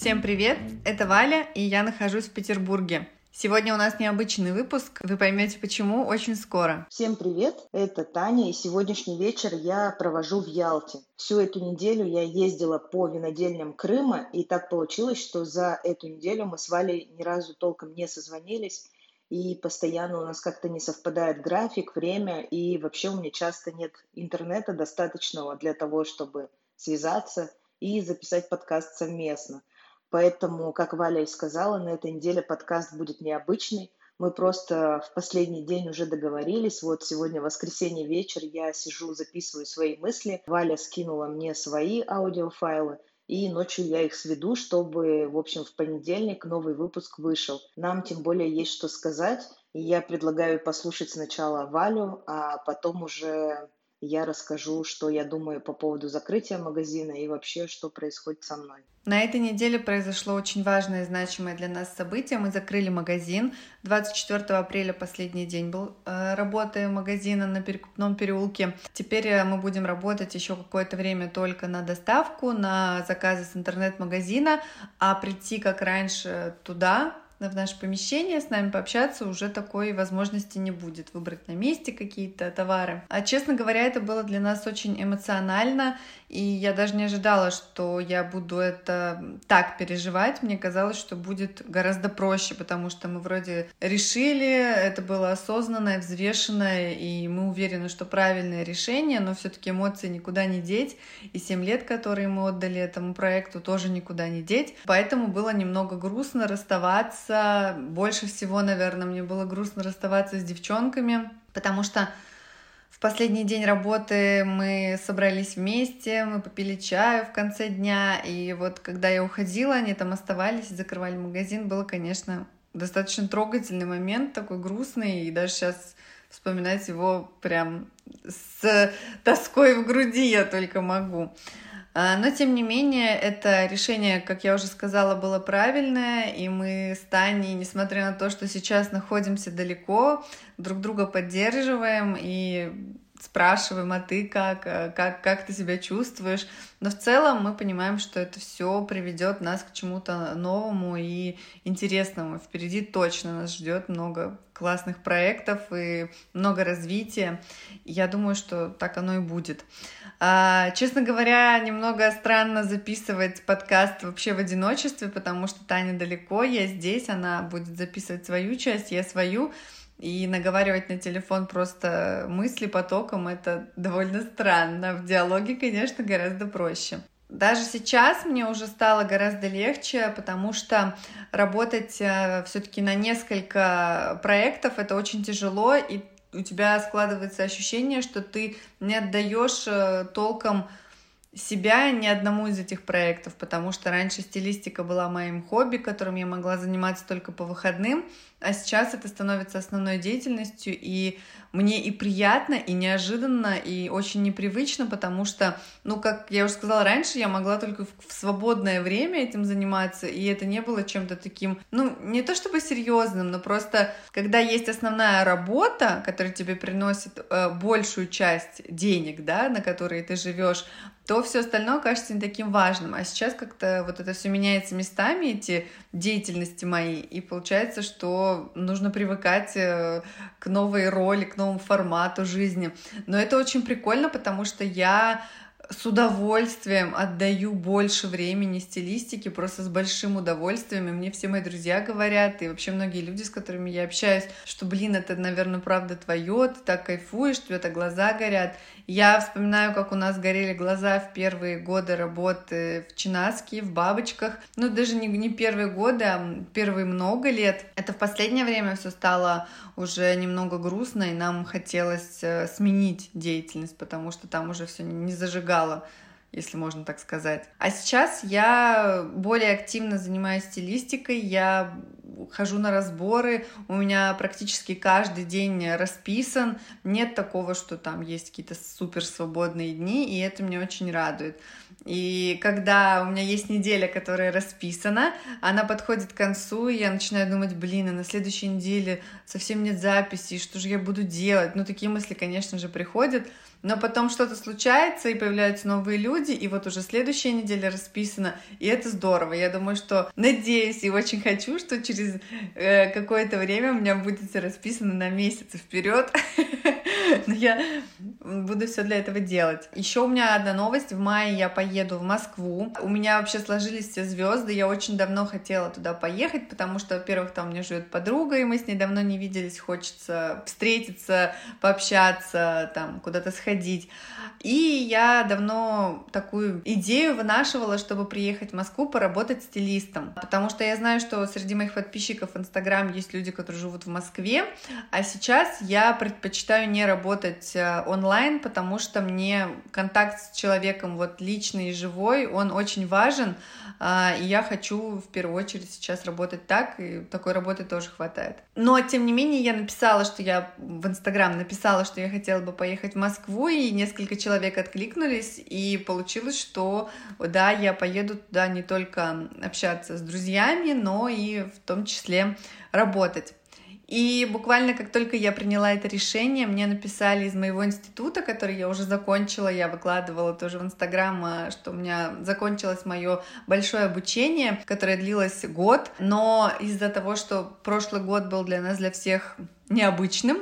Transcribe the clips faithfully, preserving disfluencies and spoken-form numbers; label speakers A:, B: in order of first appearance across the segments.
A: Всем привет, это Валя, и я нахожусь в Петербурге. Сегодня у нас необычный выпуск, вы поймете почему очень скоро.
B: Всем привет, это Таня, и сегодняшний вечер я провожу в Ялте. Всю эту неделю я ездила по винодельням Крыма, и так получилось, что за эту неделю мы с Валей ни разу толком не созвонились, и постоянно у нас как-то не совпадает график, время, и вообще у меня часто нет интернета достаточного для того, чтобы связаться и записать подкаст совместно. Поэтому, как Валя и сказала, на этой неделе подкаст будет необычный. Мы просто в последний день уже договорились. Вот сегодня воскресенье вечер, я сижу, записываю свои мысли. Валя скинула мне свои аудиофайлы, и ночью я их сведу, чтобы, в общем, в понедельник новый выпуск вышел. Нам тем более есть что сказать, и я предлагаю послушать сначала Валю, а потом уже я расскажу, что я думаю по поводу закрытия магазина и вообще, что происходит со мной.
A: На этой неделе произошло очень важное и значимое для нас событие. Мы закрыли магазин. двадцать четвёртого апреля последний день был э, работы магазина на Перекупном переулке. Теперь э, мы будем работать еще какое-то время только на доставку, на заказы с интернет-магазина, а прийти, как раньше, туда, в наше помещение, с нами пообщаться уже такой возможности не будет, выбрать на месте какие-то товары. А, честно говоря, это было для нас очень эмоционально, и я даже не ожидала, что я буду это так переживать. Мне казалось, что будет гораздо проще, потому что мы вроде решили, это было осознанное, взвешенное, и мы уверены, что правильное решение, но все-таки эмоции никуда не деть, и семь лет, которые мы отдали этому проекту, тоже никуда не деть. Поэтому было немного грустно расставаться. Больше всего, наверное, мне было грустно расставаться с девчонками, потому что в последний день работы мы собрались вместе, мы попили чаю в конце дня, и вот когда я уходила, они там оставались, закрывали магазин. Было, конечно, достаточно трогательный момент, такой грустный, и даже сейчас вспоминать его прям с тоской в груди я только могу. Но, тем не менее, это решение, как я уже сказала, было правильное, и мы с Таней, несмотря на то, что сейчас находимся далеко, друг друга поддерживаем и спрашиваем, а ты как, как, как ты себя чувствуешь. Но в целом мы понимаем, что это все приведет нас к чему-то новому и интересному. Впереди точно нас ждет много классных проектов и много развития. Я думаю, что так оно и будет. А, честно говоря, немного странно записывать подкаст вообще в одиночестве, потому что Таня далеко, я здесь, она будет записывать свою часть, я свою. И наговаривать на телефон просто мысли потоком — это довольно странно. В диалоге, конечно, гораздо проще. Даже сейчас мне уже стало гораздо легче, потому что работать все-таки на несколько проектов — это очень тяжело, и у тебя складывается ощущение, что ты не отдаешь толком себя ни одному из этих проектов, потому что раньше стилистика была моим хобби, которым я могла заниматься только по выходным, а сейчас это становится основной деятельностью, и мне и приятно, и неожиданно, и очень непривычно, потому что, ну, как я уже сказала раньше, я могла только в свободное время этим заниматься, и это не было чем-то таким, ну, не то чтобы серьезным, но просто, когда есть основная работа, которая тебе приносит э, большую часть денег, да, на которые ты живешь, то все остальное кажется не таким важным. А сейчас как-то вот это все меняется местами, эти деятельности мои, и получается, что нужно привыкать к новой роли, к новому формату жизни. Но это очень прикольно, потому что я с удовольствием отдаю больше времени стилистике, просто с большим удовольствием, и мне все мои друзья говорят, и вообще многие люди, с которыми я общаюсь, что, блин, это, наверное, правда твое, ты так кайфуешь, у тебя так глаза горят. Я вспоминаю, как у нас горели глаза в первые годы работы в Чинаске, в Бабочках, ну, даже не, не первые годы, а первые много лет. Это в последнее время все стало уже немного грустно, и нам хотелось сменить деятельность, потому что там уже все не зажигало, если можно так сказать. А сейчас я более активно занимаюсь стилистикой, я хожу на разборы, у меня практически каждый день расписан, нет такого, что там есть какие-то супер свободные дни, и это меня очень радует. И когда у меня есть неделя, которая расписана, она подходит к концу, и я начинаю думать, блин, а на следующей неделе совсем нет записи, что же я буду делать? Ну, такие мысли, конечно же, приходят, но потом что-то случается, и появляются новые люди, люди, и вот уже следующая неделя расписана, и это здорово. Я думаю, что надеюсь и очень хочу, что через э, какое-то время у меня будет все расписано на месяцы вперед. Но я буду все для этого делать. Еще у меня одна новость. В мае я поеду в Москву. У меня вообще сложились все звезды. Я очень давно хотела туда поехать, потому что, во-первых, там у меня живет подруга, и мы с ней давно не виделись. Хочется встретиться, пообщаться, там куда-то сходить. И я давно такую идею вынашивала, чтобы приехать в Москву поработать стилистом. Потому что я знаю, что среди моих подписчиков в Инстаграм есть люди, которые живут в Москве. А сейчас я предпочитаю не работать онлайн, потому что мне контакт с человеком вот личный и живой, он очень важен. И я хочу в первую очередь сейчас работать так, и такой работы тоже хватает. Но, тем не менее, я написала, что я в Инстаграм написала, что я хотела бы поехать в Москву, и несколько человек откликнулись, и получилось, что, да, я поеду туда не только общаться с друзьями, но и в том числе работать. И буквально как только я приняла это решение, мне написали из моего института, который я уже закончила, я выкладывала тоже в Инстаграм, что у меня закончилось мое большое обучение, которое длилось год, но из-за того, что прошлый год был для нас, для всех необычным.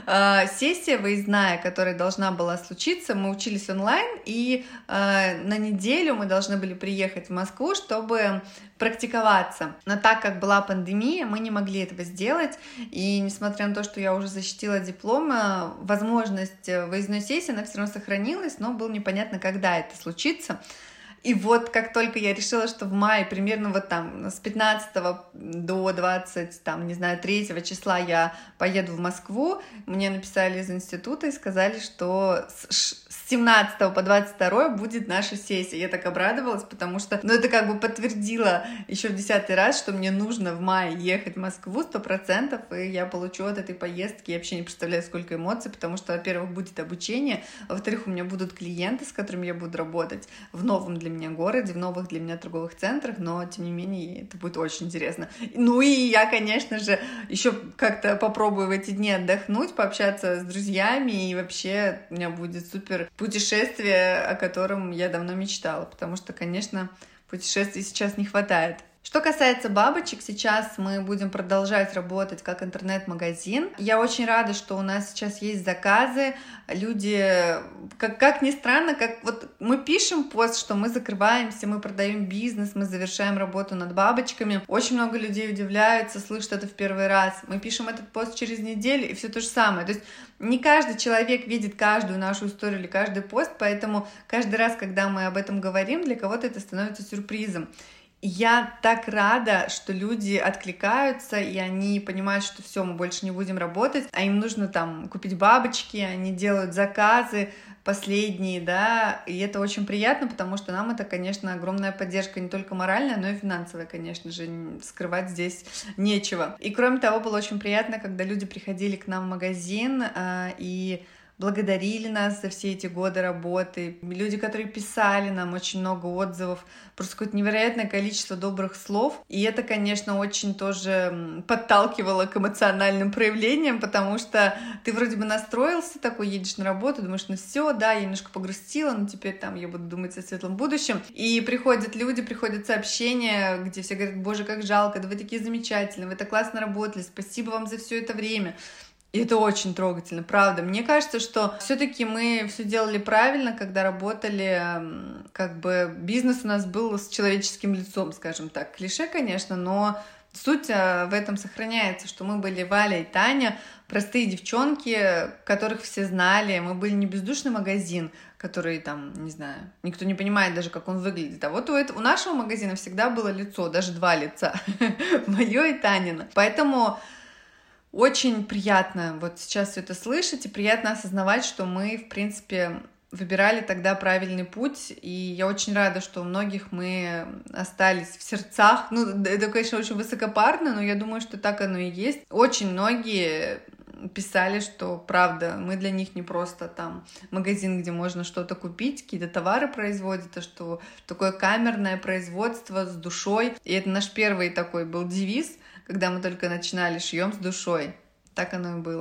A: Сессия выездная, которая должна была случиться, мы учились онлайн, и на неделю мы должны были приехать в Москву, чтобы практиковаться. Но так как была пандемия, мы не могли этого сделать, и несмотря на то, что я уже защитила диплом, возможность выездной сессии, она все равно сохранилась, но было непонятно, когда это случится. И вот как только я решила, что в мае, примерно вот там с пятнадцатого до двадцать, там, не знаю, третьего числа я поеду в Москву, мне написали из института и сказали, что с семнадцатого по двадцать второе будет наша сессия. Я так обрадовалась, потому что, ну, это как бы подтвердило еще в десятый раз, что мне нужно в мае ехать в Москву сто процентов, и я получу от этой поездки. Я вообще не представляю, сколько эмоций, потому что, во-первых, будет обучение, во-вторых, у меня будут клиенты, с которыми я буду работать в новом для меня городе, в новых для меня торговых центрах, но, тем не менее, это будет очень интересно. Ну и я, конечно же, еще как-то попробую в эти дни отдохнуть, пообщаться с друзьями, и вообще у меня будет супер путешествие, о котором я давно мечтала, потому что, конечно, путешествий сейчас не хватает. Что касается бабочек, сейчас мы будем продолжать работать как интернет-магазин. Я очень рада, что у нас сейчас есть заказы. Люди, как, как ни странно, как вот мы пишем пост, что мы закрываемся, мы продаем бизнес, мы завершаем работу над бабочками. Очень много людей удивляются, слышат это в первый раз. Мы пишем этот пост через неделю, и все то же самое. То есть не каждый человек видит каждую нашу историю или каждый пост, поэтому каждый раз, когда мы об этом говорим, для кого-то это становится сюрпризом. Я так рада, что люди откликаются, и они понимают, что все, мы больше не будем работать, а им нужно там купить бабочки, они делают заказы последние, да, и это очень приятно, потому что нам это, конечно, огромная поддержка, не только моральная, но и финансовая, конечно же, скрывать здесь нечего. И кроме того, было очень приятно, когда люди приходили к нам в магазин и благодарили нас за все эти годы работы. Люди, которые писали нам очень много отзывов, просто какое-то невероятное количество добрых слов. И это, конечно, очень тоже подталкивало к эмоциональным проявлениям, потому что ты вроде бы настроился, такой едешь на работу, думаешь, ну все, да, я немножко погрустила, но теперь там я буду думать о светлом будущем. И приходят люди, приходят сообщения, где все говорят: боже, как жалко, да вы такие замечательные, вы так классно работали, спасибо вам за все это время. И это очень трогательно, правда. Мне кажется, что все-таки мы все делали правильно, когда работали, как бы бизнес у нас был с человеческим лицом, скажем так. Клише, конечно, но суть в этом сохраняется, что мы были Валя и Таня, простые девчонки, которых все знали. Мы были не бездушный магазин, который там, не знаю, никто не понимает даже, как он выглядит. А вот у, этого, у нашего магазина всегда было лицо, даже два лица, мое и Танина. Поэтому очень приятно вот сейчас все это слышать, и приятно осознавать, что мы, в принципе, выбирали тогда правильный путь, и я очень рада, что у многих мы остались в сердцах. Ну, это, конечно, очень высокопарно, но я думаю, что так оно и есть. Очень многие писали, что, правда, мы для них не просто там магазин, где можно что-то купить, какие-то товары производят, а что такое камерное производство с душой. И это наш первый такой был девиз, когда мы только начинали: шьем с душой. Так оно и было.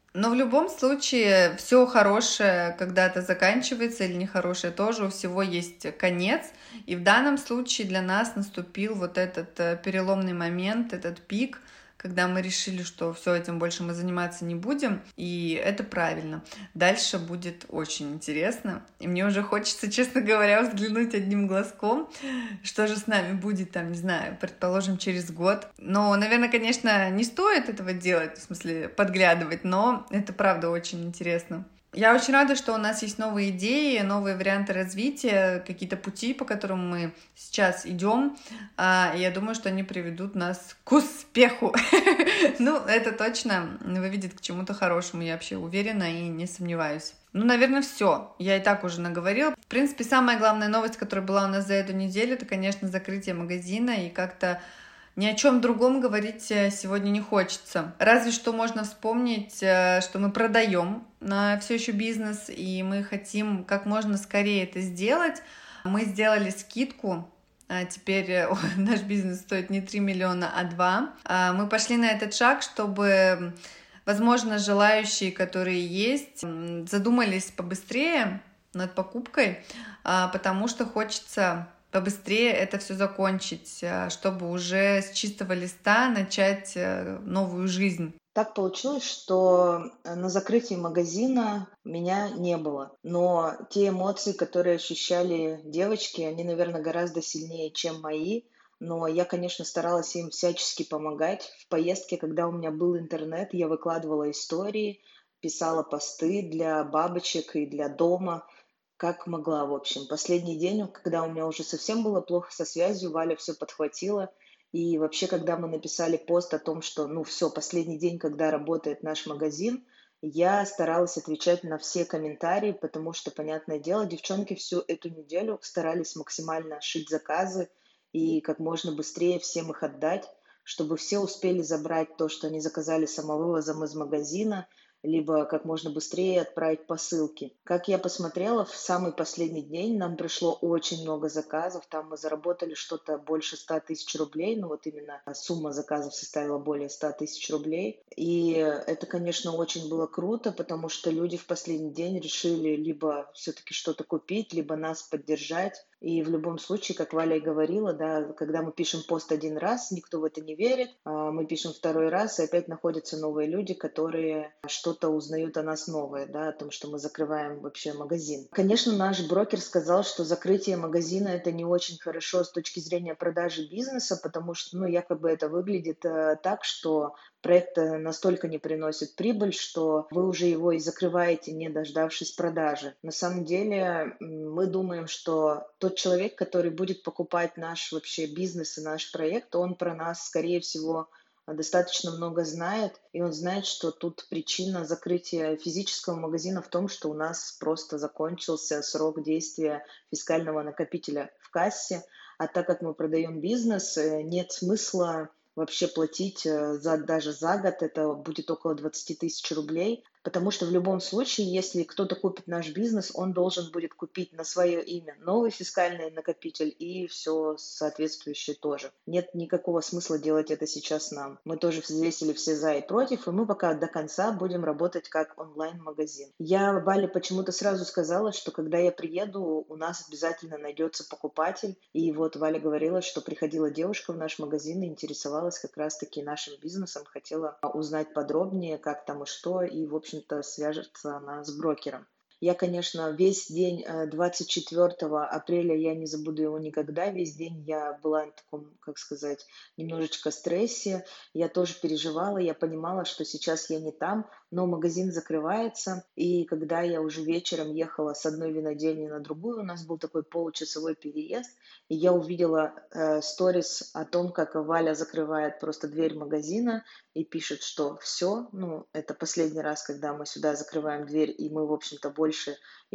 A: Но в любом случае все хорошее когда-то заканчивается или нехорошее тоже, у всего есть конец. И в данном случае для нас наступил вот этот э, переломный момент, этот пик, когда мы решили, что все этим больше мы заниматься не будем, и это правильно. Дальше будет очень интересно, и мне уже хочется, честно говоря, взглянуть одним глазком, что же с нами будет там, не знаю, предположим, через год. Но, наверное, конечно, не стоит этого делать, в смысле подглядывать, но это правда очень интересно. Я очень рада, что у нас есть новые идеи, новые варианты развития, какие-то пути, по которым мы сейчас идем. А, Я думаю, что они приведут нас к успеху. Ну, это точно выведет к чему-то хорошему, я вообще уверена и не сомневаюсь. Ну, наверное, все. Я и так уже наговорила. В принципе, самая главная новость, которая была у нас за эту неделю, это, конечно, закрытие магазина, и как-то ни о чем другом говорить сегодня не хочется. Разве что можно вспомнить, что мы продаем все еще бизнес, и мы хотим как можно скорее это сделать. Мы сделали скидку. Теперь наш бизнес стоит не три миллиона, а два. Мы пошли на этот шаг, чтобы, возможно, желающие, которые есть, задумались побыстрее над покупкой, потому что хочется побыстрее это все закончить, чтобы уже с чистого листа начать новую жизнь.
B: Так получилось, что на закрытии магазина меня не было. Но те эмоции, которые ощущали девочки, они, наверное, гораздо сильнее, чем мои. Но я, конечно, старалась им всячески помогать. В поездке, когда у меня был интернет, я выкладывала истории, писала посты для бабочек и для дома, как могла, в общем. Последний день, когда у меня уже совсем было плохо со связью, Валя все подхватила. И вообще, когда мы написали пост о том, что, ну, все, последний день, когда работает наш магазин, я старалась отвечать на все комментарии, потому что, понятное дело, девчонки всю эту неделю старались максимально шить заказы и как можно быстрее всем их отдать, чтобы все успели забрать то, что они заказали самовывозом из магазина, либо как можно быстрее отправить посылки. Как я посмотрела, в самый последний день нам пришло очень много заказов. Там мы заработали что-то больше ста тысяч рублей. Ну вот именно сумма заказов составила более ста тысяч рублей. И это, конечно, очень было круто, потому что люди в последний день решили либо все-таки что-то купить, либо нас поддержать. И в любом случае, как Валя и говорила, да, когда мы пишем пост один раз, никто в это не верит, а мы пишем второй раз, и опять находятся новые люди, которые что-то узнают о нас новое, да, о том, что мы закрываем вообще магазин. Конечно, наш брокер сказал, что закрытие магазина — это не очень хорошо с точки зрения продажи бизнеса, потому что, ну, якобы это выглядит э, так, что проект настолько не приносит прибыль, что вы уже его и закрываете, не дождавшись продажи. На самом деле мы думаем, что тот человек, который будет покупать наш вообще бизнес и наш проект, он про нас, скорее всего, достаточно много знает, и он знает, что тут причина закрытия физического магазина в том, что у нас просто закончился срок действия фискального накопителя в кассе, а так как мы продаем бизнес, нет смысла вообще платить за, даже за год, это будет около двадцать тысяч рублей, потому что в любом случае, если кто-то купит наш бизнес, он должен будет купить на свое имя новый фискальный накопитель и все соответствующее тоже. Нет никакого смысла делать это сейчас нам. Мы тоже взвесили все за и против, и мы пока до конца будем работать как онлайн-магазин. Я Вале почему-то сразу сказала, что когда я приеду, у нас обязательно найдется покупатель. И вот Валя говорила, что приходила девушка в наш магазин и интересовалась как раз-таки нашим бизнесом, хотела узнать подробнее, как там и что, и, в общем-то, свяжется она с брокером. Я, конечно, весь день двадцать четвёртого апреля, я не забуду его никогда, весь день я была в таком, как сказать, немножечко стрессе, я тоже переживала, я понимала, что сейчас я не там, но магазин закрывается, и когда я уже вечером ехала с одной винодельни на другую, у нас был такой получасовой переезд, и я увидела э, сторис о том, как Валя закрывает просто дверь магазина и пишет, что все, ну, это последний раз, когда мы сюда закрываем дверь, и мы, в общем-то, больше больше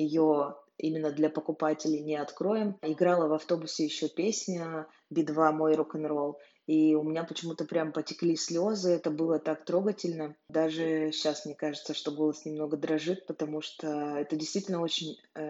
B: ее именно для покупателей не откроем. Играла в автобусе еще песня «Би-два. Мой рок-н-ролл». И у меня почему-то прям потекли слезы, это было так трогательно. Даже сейчас мне кажется, что голос немного дрожит, потому что это действительно очень э,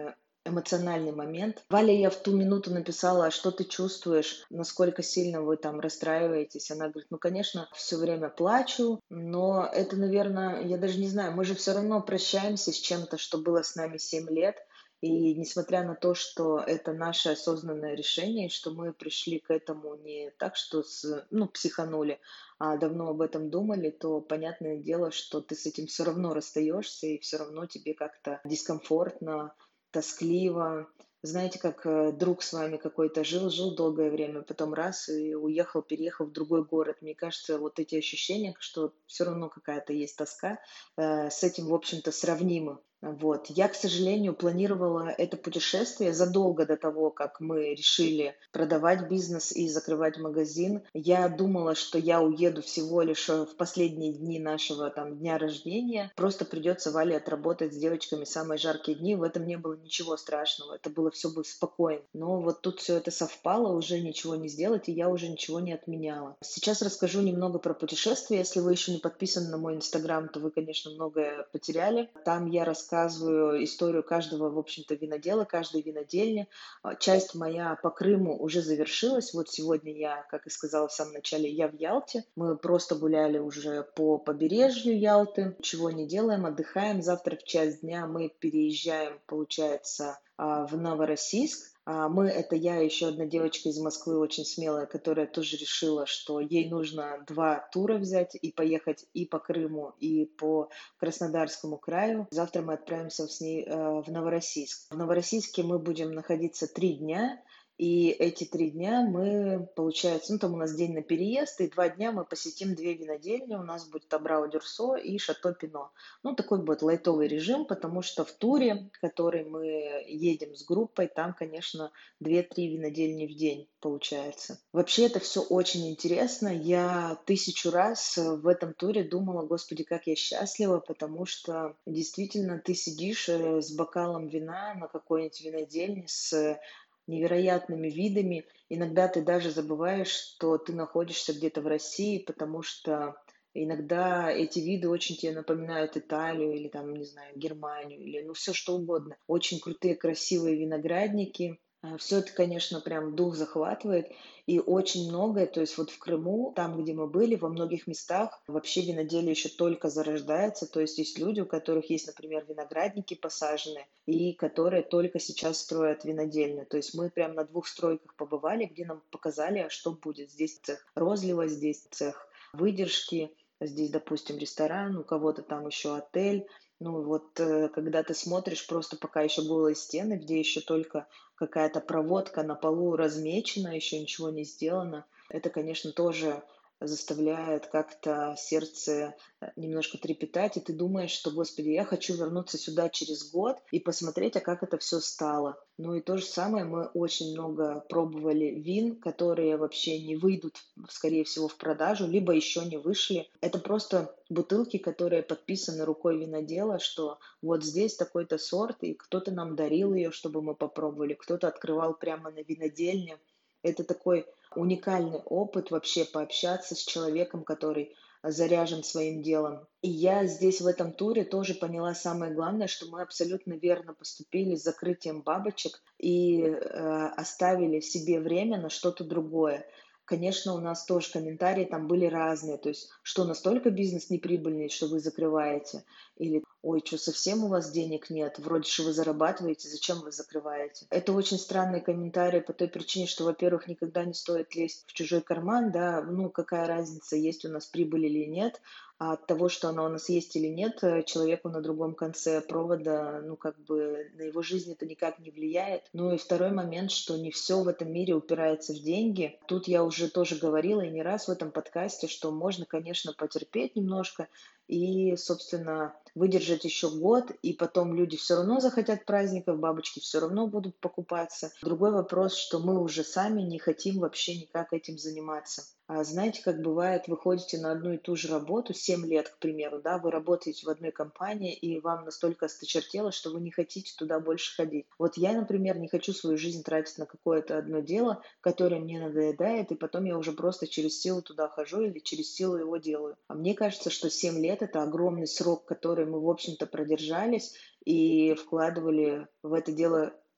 B: эмоциональный момент. Вале я в ту минуту написала: "А что ты чувствуешь? Насколько сильно вы там расстраиваетесь?" Она говорит: "Ну, конечно, все время плачу, но это, наверное, я даже не знаю, мы же все равно прощаемся с чем-то, что было с нами семь лет. И несмотря на то, что это наше осознанное решение, что мы пришли к этому не так, что с ну, психанули, а давно об этом думали, то понятное дело, что ты с этим все равно расстаешься, и все равно тебе как-то дискомфортно, тоскливо. Знаете, как э, друг с вами какой-то жил, жил долгое время, потом раз и уехал, переехал в другой город. Мне кажется, вот эти ощущения, что все равно какая-то есть тоска, э, с этим, в общем-то, сравнимы. Вот. Я, к сожалению, планировала это путешествие задолго до того, как мы решили продавать бизнес и закрывать магазин. Я думала, что я уеду всего лишь э, в последние дни нашего там дня рождения. Просто придется Вале отработать с девочками самые жаркие дни. В этом не было ничего страшного. Это было все бы спокойно. Но вот тут все это совпало, уже ничего не сделать, и я уже ничего не отменяла. Сейчас расскажу немного про путешествие. Если вы еще не подписаны на мой инстаграм, то вы, конечно, многое потеряли. Там я рассказываю историю каждого, в общем-то, винодела, каждой винодельни. А, Часть моя по Крыму уже завершилась. Вот сегодня я, как и сказала в самом начале, я в Ялте. Мы просто гуляли уже по побережью Ялты. Ничего не делаем, отдыхаем. Завтра в час дня мы переезжаем, получается, а, в Новороссийск. А, Мы, это я и еще одна девочка из Москвы, очень смелая, которая тоже решила, что ей нужно два тура взять и поехать и по Крыму, и по Краснодарскому краю. Завтра мы отправимся с ней э, в Новороссийск. В Новороссийске мы будем находиться три дня, и эти три дня мы, получается, ну там у нас день на переезд, и два дня мы посетим две винодельни. У нас будет Абрау Дюрсо и Шато Пино. Ну, такой будет лайтовый режим, потому что в туре, который мы едем с группой, там, конечно, две-три винодельни в день получается. Вообще это все очень интересно. Я тысячу раз в этом туре думала: господи, как я счастлива, потому что действительно ты сидишь э, с бокалом вина на какой-нибудь винодельне с невероятными видами. Иногда ты даже забываешь, что ты находишься где-то в России, потому что иногда эти виды очень тебе напоминают Италию или там, не знаю, Германию или ну все что угодно. Очень крутые, красивые виноградники. Все это, конечно, прям дух захватывает. И очень многое, то есть вот в Крыму, там, где мы были, во многих местах вообще виноделие еще только зарождается. То есть есть люди, у которых есть, например, виноградники посажены, и которые только сейчас строят винодельню. То есть мы прям на двух стройках побывали, где нам показали, что будет. Здесь цех розлива, здесь цех выдержки, здесь, допустим, ресторан, у кого-то там еще отель. Ну вот, э, когда ты смотришь просто пока еще голые стены, где еще только какая-то проводка на полу размечена, еще ничего не сделано, это, конечно, тоже заставляет как-то сердце э, немножко трепетать, и ты думаешь, что, господи, я хочу вернуться сюда через год и посмотреть, а как это все стало. Ну и то же самое, мы очень много пробовали вин, которые вообще не выйдут, скорее всего, в продажу, либо еще не вышли. Это просто бутылки, которые подписаны рукой винодела, что вот здесь такой-то сорт, и кто-то нам дарил ее, чтобы мы попробовали, кто-то открывал прямо на винодельне. Это такой уникальный опыт вообще пообщаться с человеком, который заряжен своим делом. И я здесь в этом туре тоже поняла самое главное, что мы абсолютно верно поступили с закрытием бабочек и э, оставили себе время на что-то другое. Конечно, у нас тоже комментарии там были разные, то есть, что настолько бизнес неприбыльный, что вы закрываете, или ой, что совсем у вас денег нет, вроде же вы зарабатываете, зачем вы закрываете? Это очень странные комментарии по той причине, что, во-первых, никогда не стоит лезть в чужой карман, да, ну какая разница, есть у нас прибыль или нет, а от того, что она у нас есть или нет, э, человеку на другом конце провода, ну как бы на его жизнь это никак не влияет. Ну и второй момент, что не все в этом мире упирается в деньги. Тут я уже тоже говорила и не раз в этом подкасте, что можно, конечно, потерпеть немножко, и, собственно, выдержать еще год, и потом люди все равно захотят праздников, бабочки все равно будут покупаться. Другой вопрос, что мы уже сами не хотим вообще никак этим заниматься. А знаете, как бывает, вы ходите на одну и ту же работу семь лет, к примеру, да, вы работаете в одной компании, и вам настолько осточертело, что вы не хотите туда больше ходить. Вот я, например, не хочу свою жизнь тратить на какое-то одно дело, которое мне надоедает, и потом я уже просто через силу туда хожу или через силу его делаю. А мне кажется, что семь лет — это огромный срок, который мы, в общем-то, продержались и вкладывали в это дело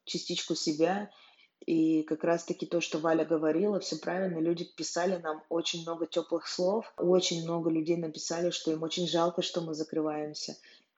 B: частичку себя. И как раз-таки то, что Валя говорила, все правильно, люди писали нам очень много теплых слов, очень много людей написали, что им очень жалко, что мы закрываемся.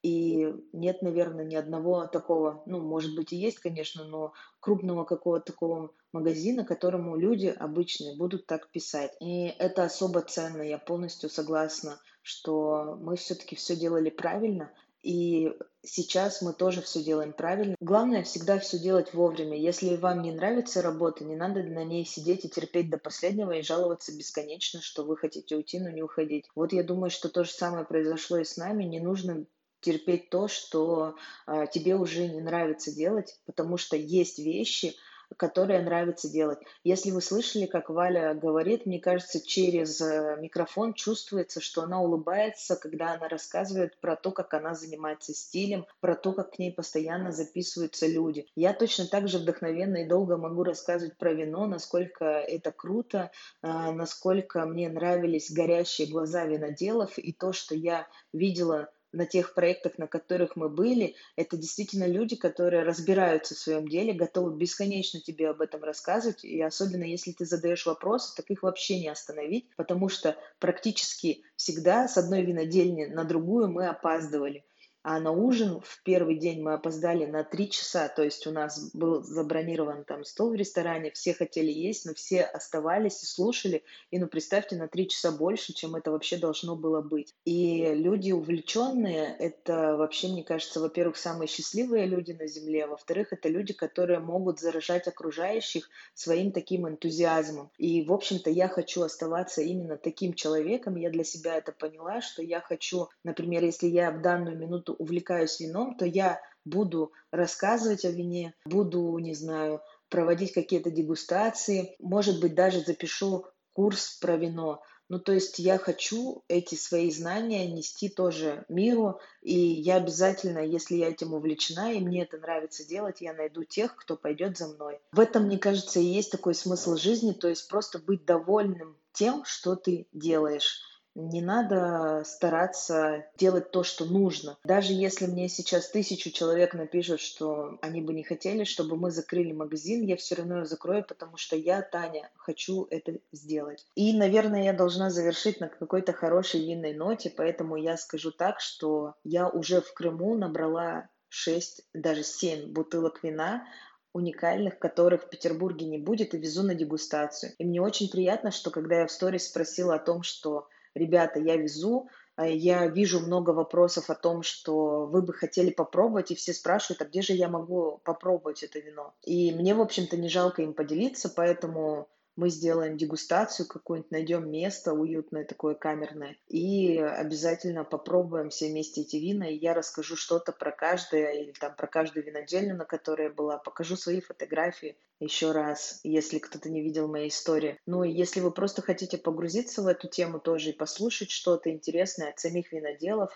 B: И нет, наверное, ни одного такого, ну, может быть, и есть, конечно, но крупного какого-то такого магазина, которому люди обычные будут так писать. И это особо ценно, я полностью согласна, что мы все-таки все делали правильно, и сейчас мы тоже все делаем правильно. Главное всегда все делать вовремя. Если вам не нравится работа, не надо на ней сидеть и терпеть до последнего и жаловаться бесконечно, что вы хотите уйти, но не уходить. Вот я думаю, что то же самое произошло и с нами. Не нужно терпеть то, что а, тебе уже не нравится делать, потому что есть вещи, которые нравится делать. Если вы слышали, как Валя говорит, мне кажется, через э, микрофон чувствуется, что она улыбается, когда она рассказывает про то, как она занимается стилем, про то, как к ней постоянно записываются люди. Я точно так же вдохновенно и долго могу рассказывать про вино, насколько это круто, а, насколько мне нравились горящие глаза виноделов и то, что я видела на тех проектах, на которых мы были, это действительно люди, которые разбираются в своем деле, готовы бесконечно тебе об этом рассказывать, и особенно если ты задаешь вопросы, так их вообще не остановить, потому что практически всегда с одной винодельни на другую мы опаздывали. А на ужин в первый день мы опоздали на три часа, то есть у нас был забронирован там стол в ресторане, все хотели есть, но все оставались и слушали, и ну представьте, на три часа больше, чем это вообще должно было быть. И люди увлеченные, это вообще, мне кажется, во-первых, самые счастливые люди на Земле, а во-вторых, это люди, которые могут заражать окружающих своим таким энтузиазмом. И, в общем-то, я хочу оставаться именно таким человеком, я для себя это поняла, что я хочу, например, если я в данную минуту увлекаюсь вином, то я буду рассказывать о вине, буду, не знаю, проводить какие-то дегустации, может быть, даже запишу курс про вино. Ну, то есть я хочу эти свои знания нести тоже миру, и я обязательно, если я этим увлечена, и мне это нравится делать, я найду тех, кто пойдет за мной. В этом, мне кажется, и есть такой смысл жизни, то есть просто быть довольным тем, что ты делаешь. Не надо стараться делать то, что нужно. Даже если мне сейчас тысячу человек напишут, что они бы не хотели, чтобы мы закрыли магазин, я все равно его закрою, потому что я, Таня, хочу это сделать. И, наверное, я должна завершить на какой-то хорошей винной ноте, поэтому я скажу так, что я уже в Крыму набрала шесть, даже семь бутылок вина, уникальных, которых в Петербурге не будет, и везу на дегустацию. И мне очень приятно, что когда я в сторис спросила о том, что ребята, я везу, я вижу много вопросов о том, что вы бы хотели попробовать, и все спрашивают, а где же я могу попробовать это вино? И мне, в общем-то, не жалко им поделиться, поэтому мы сделаем дегустацию какую-нибудь, найдем место уютное, такое камерное, и обязательно попробуем все вместе эти вина, и я расскажу что-то про каждое, или там про каждую винодельню, на которой я была, покажу свои фотографии еще раз, если кто-то не видел моей истории. Ну и если вы просто хотите погрузиться в эту тему тоже и послушать что-то интересное от самих виноделов,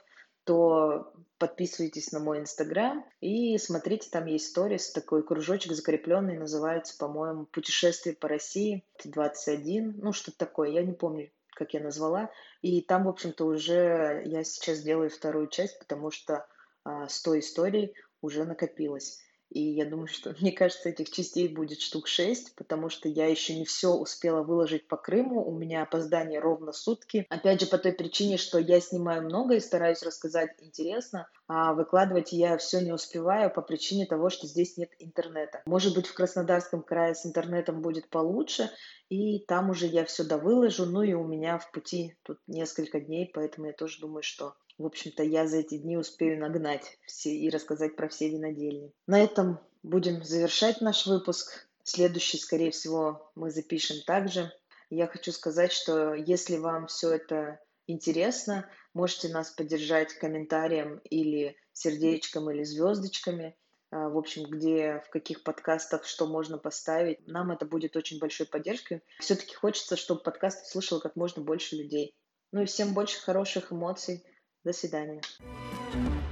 B: то подписывайтесь на мой инстаграм и смотрите, там есть сторис, такой кружочек закрепленный, называется, по-моему, «Путешествие по России двадцать один», ну что-то такое, я не помню, как я назвала. И там, в общем-то, уже я сейчас делаю вторую часть, потому что а, сто историй уже накопилось. И я думаю, что, мне кажется, этих частей будет штук шесть, потому что я еще не все успела выложить по Крыму. У меня опоздание ровно сутки. Опять же, по той причине, что я снимаю много и стараюсь рассказать интересно, а выкладывать я все не успеваю по причине того, что здесь нет интернета. Может быть, в Краснодарском крае с интернетом будет получше, и там уже я все довыложу. Ну и у меня в пути тут несколько дней, поэтому я тоже думаю, что в общем-то, я за эти дни успею нагнать все и рассказать про все винодельни. На этом будем завершать наш выпуск. Следующий, скорее всего, мы запишем также. Я хочу сказать, что если вам все это интересно, можете нас поддержать комментарием или сердечком, или звездочками. А, В общем, где, в каких подкастах, что можно поставить. Нам это будет очень большой поддержкой. Все-таки хочется, чтобы подкаст слушало как можно больше людей. Ну и всем больше хороших эмоций. До свидания.